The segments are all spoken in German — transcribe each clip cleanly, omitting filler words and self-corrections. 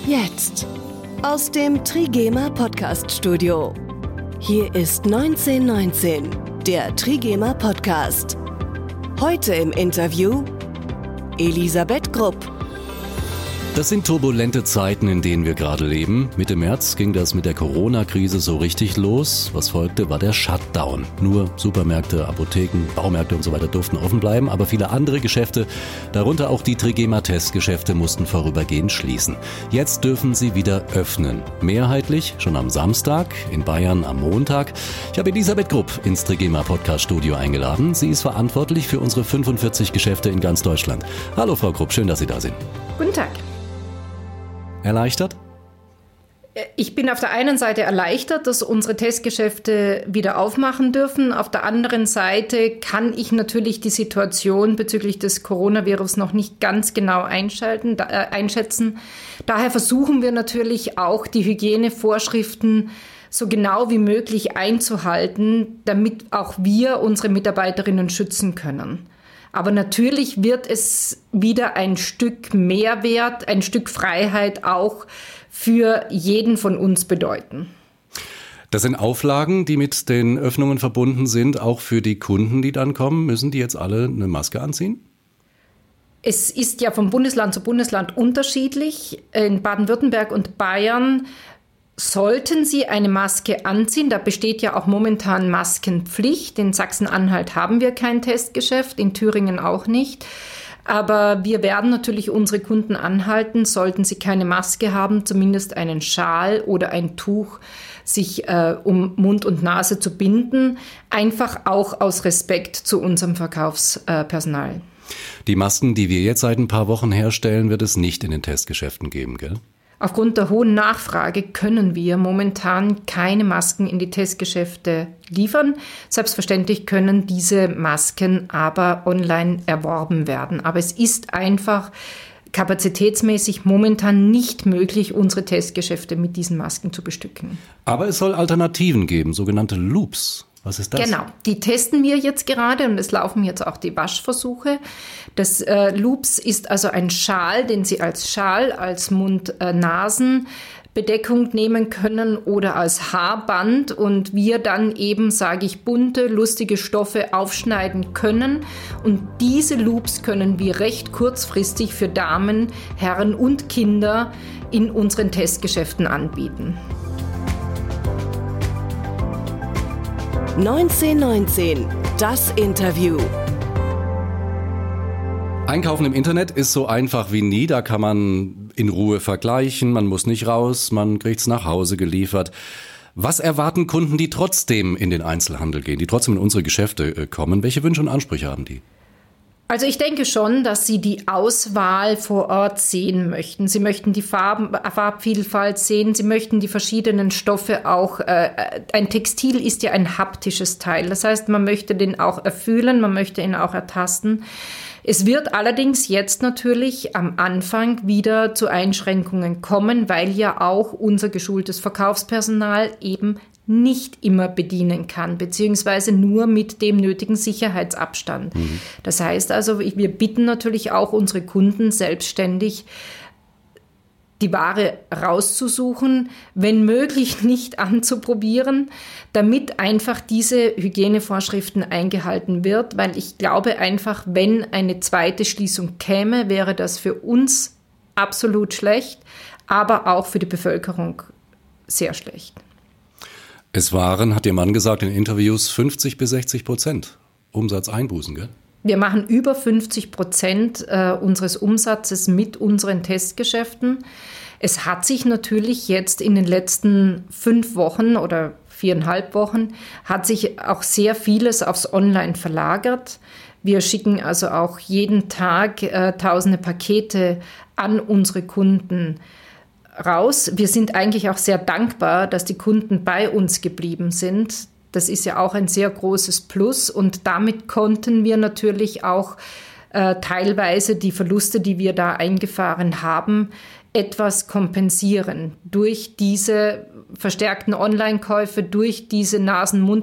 Jetzt aus dem Trigema Podcast Studio. Hier ist 1919, der Trigema Podcast. Heute im Interview Elisabeth Grupp. Das sind turbulente Zeiten, in denen wir gerade leben. Mitte März ging das mit der Corona-Krise so richtig los. Was folgte, war der Shutdown. Nur Supermärkte, Apotheken, Baumärkte und so weiter durften offen bleiben. Aber viele andere Geschäfte, darunter auch die Trigema-Testgeschäfte, mussten vorübergehend schließen. Jetzt dürfen sie wieder öffnen. Mehrheitlich schon am Samstag, in Bayern am Montag. Ich habe Elisabeth Grupp ins Trigema-Podcast-Studio eingeladen. Sie ist verantwortlich für unsere 45 Geschäfte in ganz Deutschland. Hallo Frau Grupp, schön, dass Sie da sind. Guten Tag. Erleichtert? Ich bin auf der einen Seite erleichtert, dass unsere Testgeschäfte wieder aufmachen dürfen. Auf der anderen Seite kann ich natürlich die Situation bezüglich des Coronavirus noch nicht ganz genau einschätzen. Daher versuchen wir natürlich auch, die Hygienevorschriften so genau wie möglich einzuhalten, damit auch wir unsere Mitarbeiterinnen schützen können. Aber natürlich wird es wieder ein Stück Mehrwert, ein Stück Freiheit auch für jeden von uns bedeuten. Das sind Auflagen, die mit den Öffnungen verbunden sind, auch für die Kunden, die dann kommen. Müssen die jetzt alle eine Maske anziehen? Es ist ja von Bundesland zu Bundesland unterschiedlich. In Baden-Württemberg und Bayern sollten Sie eine Maske anziehen. Da besteht ja auch momentan Maskenpflicht. In Sachsen-Anhalt haben wir kein Testgeschäft, in Thüringen auch nicht. Aber wir werden natürlich unsere Kunden anhalten, sollten sie keine Maske haben, zumindest einen Schal oder ein Tuch sich um Mund und Nase zu binden. Einfach auch aus Respekt zu unserem Verkaufspersonal. Die Masken, die wir jetzt seit ein paar Wochen herstellen, wird es nicht in den Testgeschäften geben, gell? Aufgrund der hohen Nachfrage können wir momentan keine Masken in die Testgeschäfte liefern. Selbstverständlich können diese Masken aber online erworben werden. Aber es ist einfach kapazitätsmäßig momentan nicht möglich, unsere Testgeschäfte mit diesen Masken zu bestücken. Aber es soll Alternativen geben, sogenannte Loops. Was ist das? Genau, die testen wir jetzt gerade und es laufen jetzt auch die Waschversuche. Das Loops ist also ein Schal, den Sie als Schal, als Mund-Nasen-Bedeckung nehmen können oder als Haarband und wir dann eben, sage ich, bunte, lustige Stoffe aufschneiden können. Und diese Loops können wir recht kurzfristig für Damen, Herren und Kinder in unseren Testgeschäften anbieten. 1919, das Interview. Einkaufen im Internet ist so einfach wie nie. Da kann man in Ruhe vergleichen, man muss nicht raus, man kriegt's nach Hause geliefert. Was erwarten Kunden, die trotzdem in den Einzelhandel gehen, die trotzdem in unsere Geschäfte kommen? Welche Wünsche und Ansprüche haben die? Also ich denke schon, dass Sie die Auswahl vor Ort sehen möchten. Sie möchten die Farbvielfalt sehen, Sie möchten die verschiedenen Stoffe auch. Ein Textil ist ja ein haptisches Teil. Das heißt, man möchte den auch erfühlen, man möchte ihn auch ertasten. Es wird allerdings jetzt natürlich am Anfang wieder zu Einschränkungen kommen, weil ja auch unser geschultes Verkaufspersonal eben nicht immer bedienen kann, beziehungsweise nur mit dem nötigen Sicherheitsabstand. Das heißt also, wir bitten natürlich auch unsere Kunden selbstständig, die Ware rauszusuchen, wenn möglich nicht anzuprobieren, damit einfach diese Hygienevorschriften eingehalten wird, weil ich glaube einfach, wenn eine zweite Schließung käme, wäre das für uns absolut schlecht, aber auch für die Bevölkerung sehr schlecht. Es waren, hat Ihr Mann gesagt in Interviews, 50-60% Umsatzeinbußen, gell? Wir machen über 50% unseres Umsatzes mit unseren Testgeschäften. Es hat sich natürlich jetzt in den letzten 5 Wochen oder 4,5 Wochen hat sich auch sehr vieles aufs Online verlagert. Wir schicken also auch jeden Tag tausende Pakete an unsere Kunden raus. Wir sind eigentlich auch sehr dankbar, dass die Kunden bei uns geblieben sind. Das ist ja auch ein sehr großes Plus und damit konnten wir natürlich auch teilweise die Verluste, die wir da eingefahren haben, etwas kompensieren durch diese verstärkten Online-Käufe, durch diese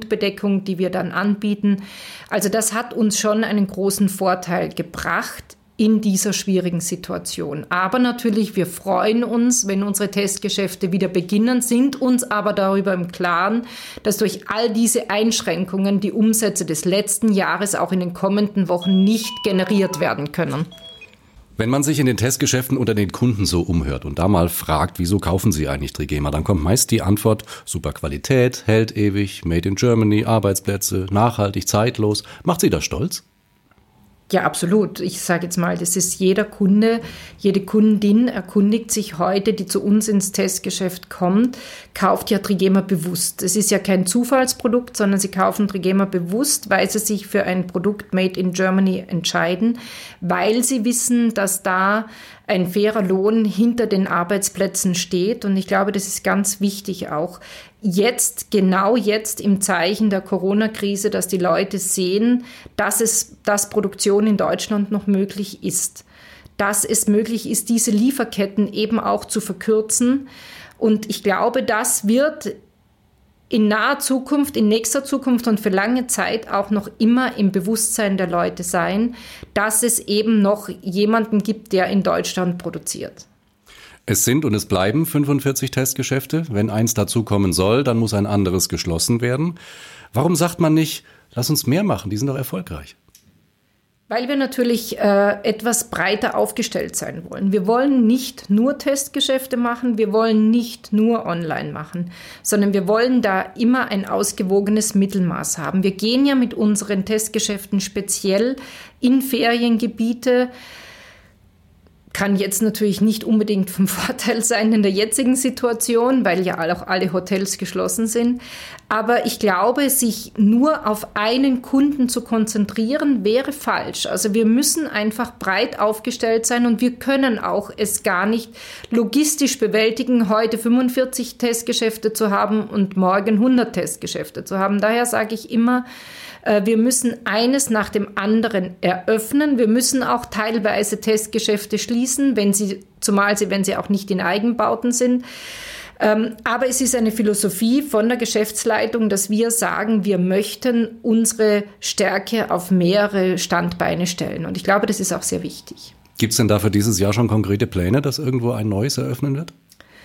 Nasen-Mund-Bedeckung, die wir dann anbieten. Also das hat uns schon einen großen Vorteil gebracht. in dieser schwierigen Situation. Aber natürlich, wir freuen uns, wenn unsere Testgeschäfte wieder beginnen, sind uns aber darüber im Klaren, dass durch all diese Einschränkungen die Umsätze des letzten Jahres auch in den kommenden Wochen nicht generiert werden können. Wenn man sich in den Testgeschäften unter den Kunden so umhört und da mal fragt, wieso kaufen sie eigentlich Trigema, dann kommt meist die Antwort, super Qualität, hält ewig, made in Germany, Arbeitsplätze, nachhaltig, zeitlos. Macht sie das stolz? Ja, absolut. Ich sage jetzt mal, das ist jeder Kunde, jede Kundin erkundigt sich heute, die zu uns ins Testgeschäft kommt, kauft ja Trigema bewusst. Es ist ja kein Zufallsprodukt, sondern sie kaufen Trigema bewusst, weil sie sich für ein Produkt made in Germany entscheiden, weil sie wissen, dass da ein fairer Lohn hinter den Arbeitsplätzen steht. Und ich glaube, das ist ganz wichtig auch jetzt, genau jetzt im Zeichen der Corona-Krise, dass die Leute sehen, dass Produktion in Deutschland noch möglich ist. Dass es möglich ist, diese Lieferketten eben auch zu verkürzen. Und ich glaube, das wird in naher Zukunft, in nächster Zukunft und für lange Zeit auch noch immer im Bewusstsein der Leute sein, dass es eben noch jemanden gibt, der in Deutschland produziert. Es sind und es bleiben 45 Testgeschäfte. Wenn eins dazukommen soll, dann muss ein anderes geschlossen werden. Warum sagt man nicht, lass uns mehr machen, die sind doch erfolgreich? Weil wir natürlich etwas breiter aufgestellt sein wollen. Wir wollen nicht nur Testgeschäfte machen, wir wollen nicht nur online machen, sondern wir wollen da immer ein ausgewogenes Mittelmaß haben. Wir gehen ja mit unseren Testgeschäften speziell in Feriengebiete. Kann jetzt natürlich nicht unbedingt vom Vorteil sein in der jetzigen Situation, weil ja auch alle Hotels geschlossen sind. Aber ich glaube, sich nur auf einen Kunden zu konzentrieren, wäre falsch. Also wir müssen einfach breit aufgestellt sein und wir können auch es gar nicht logistisch bewältigen, heute 45 Testgeschäfte zu haben und morgen 100 Testgeschäfte zu haben. Daher sage ich immer, wir müssen eines nach dem anderen eröffnen. Wir müssen auch teilweise Testgeschäfte schließen, wenn sie auch nicht in Eigenbauten sind. Aber es ist eine Philosophie von der Geschäftsleitung, dass wir sagen, wir möchten unsere Stärke auf mehrere Standbeine stellen. Und ich glaube, das ist auch sehr wichtig. Gibt es denn da für dieses Jahr schon konkrete Pläne, dass irgendwo ein neues eröffnen wird?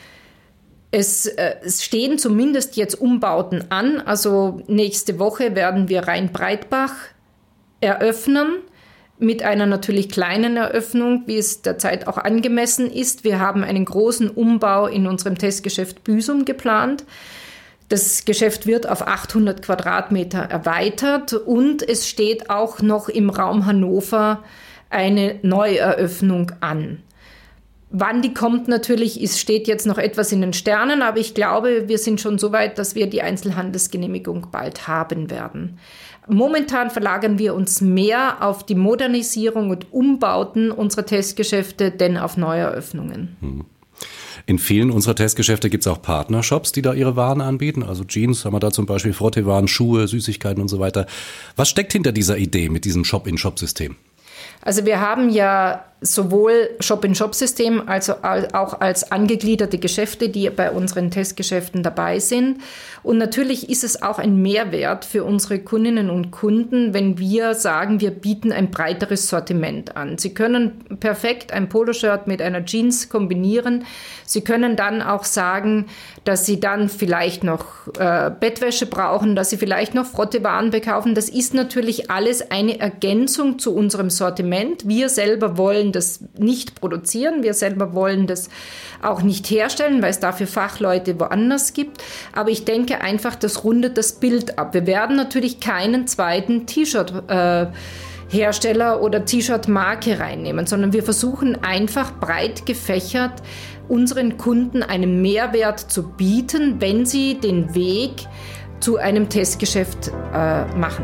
Es stehen zumindest jetzt Umbauten an. Also nächste Woche werden wir Rhein-Breitbach eröffnen, mit einer natürlich kleinen Eröffnung, wie es derzeit auch angemessen ist. Wir haben einen großen Umbau in unserem Testgeschäft Büsum geplant. Das Geschäft wird auf 800 Quadratmeter erweitert und es steht auch noch im Raum Hannover eine Neueröffnung an. Wann die kommt natürlich, steht jetzt noch etwas in den Sternen, aber ich glaube, wir sind schon so weit, dass wir die Einzelhandelsgenehmigung bald haben werden. Momentan verlagern wir uns mehr auf die Modernisierung und Umbauten unserer Testgeschäfte, denn auf Neueröffnungen. In vielen unserer Testgeschäfte gibt es auch Partnershops, die da ihre Waren anbieten. Also Jeans haben wir da zum Beispiel, Frottee-Waren, Schuhe, Süßigkeiten und so weiter. Was steckt hinter dieser Idee mit diesem Shop-in-Shop-System? Also wir haben ja sowohl Shop-in-Shop-System als auch als angegliederte Geschäfte, die bei unseren Testgeschäften dabei sind. Und natürlich ist es auch ein Mehrwert für unsere Kundinnen und Kunden, wenn wir sagen, wir bieten ein breiteres Sortiment an. Sie können perfekt ein Poloshirt mit einer Jeans kombinieren. Sie können dann auch sagen, dass Sie dann vielleicht noch Bettwäsche brauchen, dass Sie vielleicht noch Frottee-Waren bekaufen. Das ist natürlich alles eine Ergänzung zu unserem Sortiment. Wir selber wollen das nicht produzieren. Wir selber wollen das auch nicht herstellen, weil es dafür Fachleute woanders gibt. Aber ich denke einfach, das rundet das Bild ab. Wir werden natürlich keinen zweiten T-Shirt-Hersteller oder T-Shirt-Marke reinnehmen, sondern wir versuchen einfach breit gefächert unseren Kunden einen Mehrwert zu bieten, wenn sie den Weg zu einem Testgeschäft machen.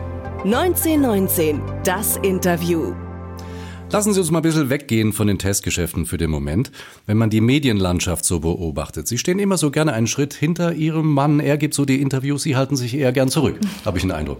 1919, das Interview. Lassen Sie uns mal ein bisschen weggehen von den Testgeschäften für den Moment. Wenn man die Medienlandschaft so beobachtet, Sie stehen immer so gerne einen Schritt hinter Ihrem Mann. Er gibt so die Interviews, Sie halten sich eher gern zurück, habe ich den Eindruck.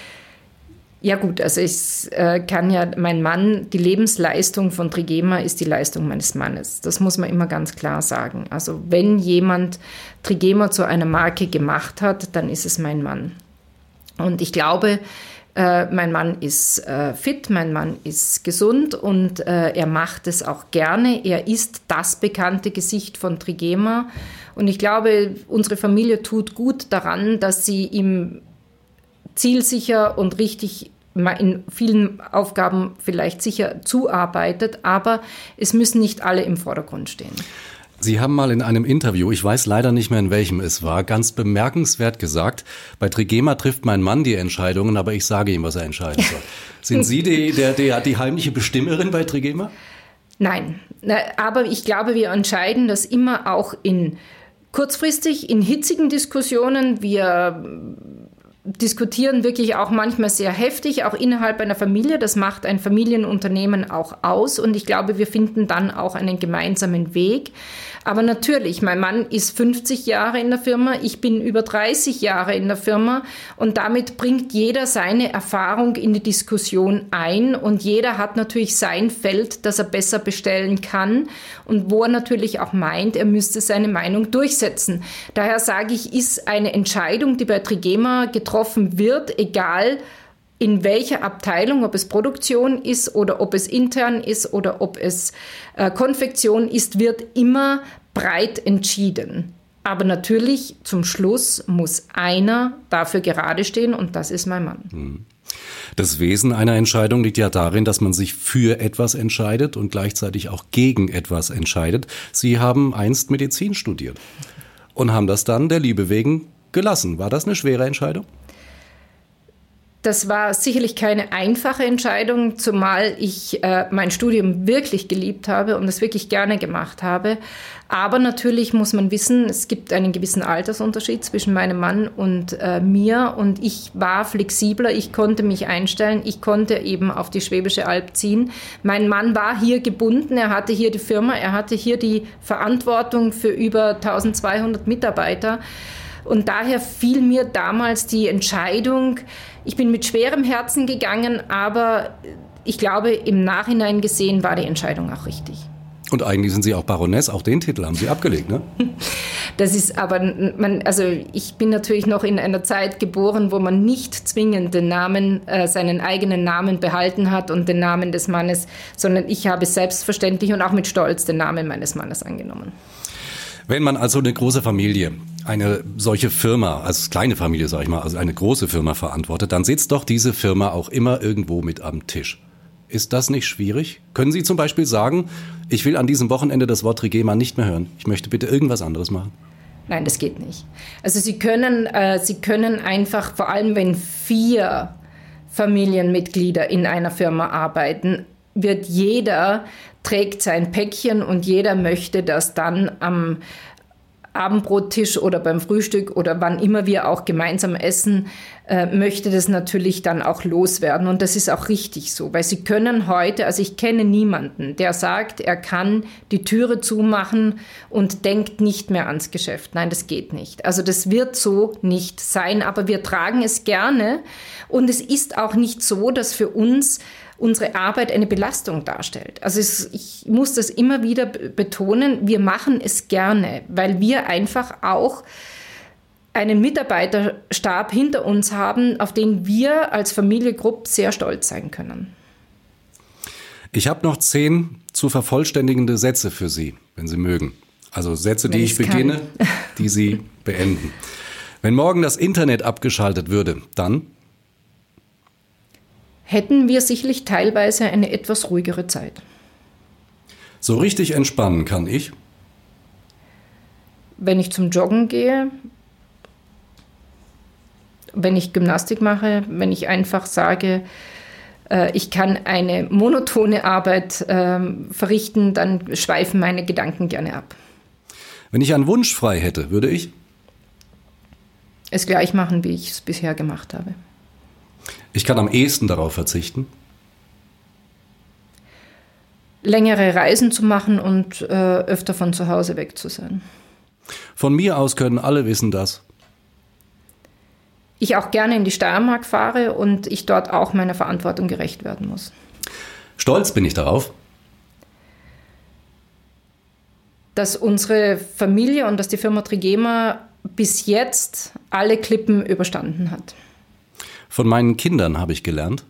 Ja gut, also mein Mann, die Lebensleistung von Trigema ist die Leistung meines Mannes. Das muss man immer ganz klar sagen. Also wenn jemand Trigema zu einer Marke gemacht hat, dann ist es mein Mann. Und ich glaube, Mein Mann ist fit, mein Mann ist gesund und er macht es auch gerne. Er ist das bekannte Gesicht von Trigema. Und ich glaube, unsere Familie tut gut daran, dass sie ihm zielsicher und richtig in vielen Aufgaben vielleicht sicher zuarbeitet, aber es müssen nicht alle im Vordergrund stehen. Sie haben mal in einem Interview, ich weiß leider nicht mehr, in welchem es war, ganz bemerkenswert gesagt, bei Trigema trifft mein Mann die Entscheidungen, aber ich sage ihm, was er entscheiden soll. Sind Sie die heimliche Bestimmerin bei Trigema? Nein, aber ich glaube, wir entscheiden das immer auch kurzfristig in hitzigen Diskussionen. Wir diskutieren wirklich auch manchmal sehr heftig, auch innerhalb einer Familie. Das macht ein Familienunternehmen auch aus und ich glaube, wir finden dann auch einen gemeinsamen Weg. Aber natürlich, mein Mann ist 50 Jahre in der Firma, ich bin über 30 Jahre in der Firma und damit bringt jeder seine Erfahrung in die Diskussion ein und jeder hat natürlich sein Feld, das er besser bestellen kann und wo er natürlich auch meint, er müsste seine Meinung durchsetzen. Daher sage ich, ist eine Entscheidung, die bei Trigema getroffen wird, egal in welcher Abteilung, ob es Produktion ist oder ob es intern ist oder ob es Konfektion ist, wird immer breit entschieden. Aber natürlich zum Schluss muss einer dafür gerade stehen und das ist mein Mann. Das Wesen einer Entscheidung liegt ja darin, dass man sich für etwas entscheidet und gleichzeitig auch gegen etwas entscheidet. Sie haben einst Medizin studiert und haben das dann der Liebe wegen gelassen. War das eine schwere Entscheidung? Das war sicherlich keine einfache Entscheidung, zumal ich mein Studium wirklich geliebt habe und es wirklich gerne gemacht habe. Aber natürlich muss man wissen, es gibt einen gewissen Altersunterschied zwischen meinem Mann und mir und ich war flexibler, ich konnte mich einstellen, ich konnte eben auf die Schwäbische Alb ziehen. Mein Mann war hier gebunden, er hatte hier die Firma, er hatte hier die Verantwortung für über 1200 Mitarbeiter. Und daher fiel mir damals die Entscheidung, ich bin mit schwerem Herzen gegangen, aber ich glaube, im Nachhinein gesehen war die Entscheidung auch richtig. Und eigentlich sind Sie auch Baroness, auch den Titel haben Sie abgelegt, ne? Das ist aber, ich bin natürlich noch in einer Zeit geboren, wo man nicht zwingend den Namen, seinen eigenen Namen behalten hat und den Namen des Mannes, sondern ich habe selbstverständlich und auch mit Stolz den Namen meines Mannes angenommen. Wenn man also eine große Familie, eine solche Firma, als kleine Familie, sag ich mal, also eine große Firma verantwortet, dann sitzt doch diese Firma auch immer irgendwo mit am Tisch. Ist das nicht schwierig? Können Sie zum Beispiel sagen, ich will an diesem Wochenende das Wort Trigema nicht mehr hören. Ich möchte bitte irgendwas anderes machen. Nein, das geht nicht. Also Sie können einfach, vor allem wenn 4 Familienmitglieder in einer Firma arbeiten, trägt sein Päckchen und jeder möchte das dann am Abendbrottisch oder beim Frühstück oder wann immer wir auch gemeinsam essen, möchte das natürlich dann auch loswerden. Und das ist auch richtig so, weil Sie können heute, also ich kenne niemanden, der sagt, er kann die Türe zumachen und denkt nicht mehr ans Geschäft. Nein, das geht nicht. Also das wird so nicht sein, aber wir tragen es gerne und es ist auch nicht so, dass für uns unsere Arbeit eine Belastung darstellt. Also ich muss das immer wieder betonen, wir machen es gerne, weil wir einfach auch einen Mitarbeiterstab hinter uns haben, auf den wir als Familie Grupp sehr stolz sein können. Ich habe noch 10 zu vervollständigende Sätze für Sie, wenn Sie mögen. Also Sätze, die ich beginne, die Sie beenden. Wenn morgen das Internet abgeschaltet würde, dann hätten wir sicherlich teilweise eine etwas ruhigere Zeit. So richtig entspannen kann ich? Wenn ich zum Joggen gehe, wenn ich Gymnastik mache, wenn ich einfach sage, ich kann eine monotone Arbeit verrichten, dann schweifen meine Gedanken gerne ab. Wenn ich einen Wunsch frei hätte, würde ich? Es gleich machen, wie ich es bisher gemacht habe. Ich kann am ehesten darauf verzichten? Längere Reisen zu machen und öfter von zu Hause weg zu sein. Von mir aus können alle wissen das. Ich auch gerne in die Steiermark fahre und ich dort auch meiner Verantwortung gerecht werden muss. Stolz bin ich darauf, dass unsere Familie und dass die Firma Trigema bis jetzt alle Klippen überstanden hat. Von meinen Kindern habe ich gelernt,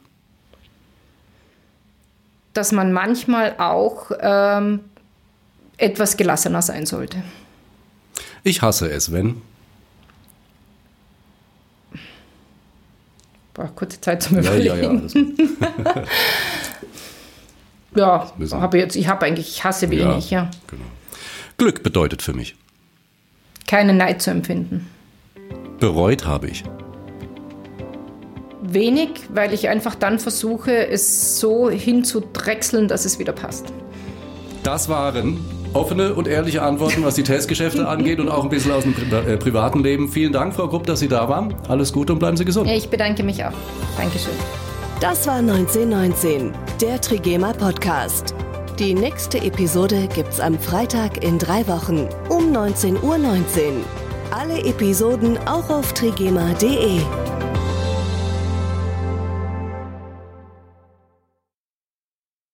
dass man manchmal auch etwas gelassener sein sollte. ich hasse es, wenn. Kurze Zeit zum Überlegen. Ja, ich hasse wenig, ja. Genau. Glück bedeutet für mich. Keinen Neid zu empfinden. Bereut habe ich. Wenig, weil ich einfach dann versuche, es so hinzudrechseln, dass es wieder passt. Das waren offene und ehrliche Antworten, was die Testgeschäfte angeht und auch ein bisschen aus dem privaten Leben. Vielen Dank, Frau Krupp, dass Sie da waren. Alles Gute und bleiben Sie gesund. Ja, ich bedanke mich auch. Dankeschön. Das war 1919, der Trigema Podcast. Die nächste Episode gibt's am Freitag in 3 Wochen um 19:19 Uhr. Alle Episoden auch auf trigema.de.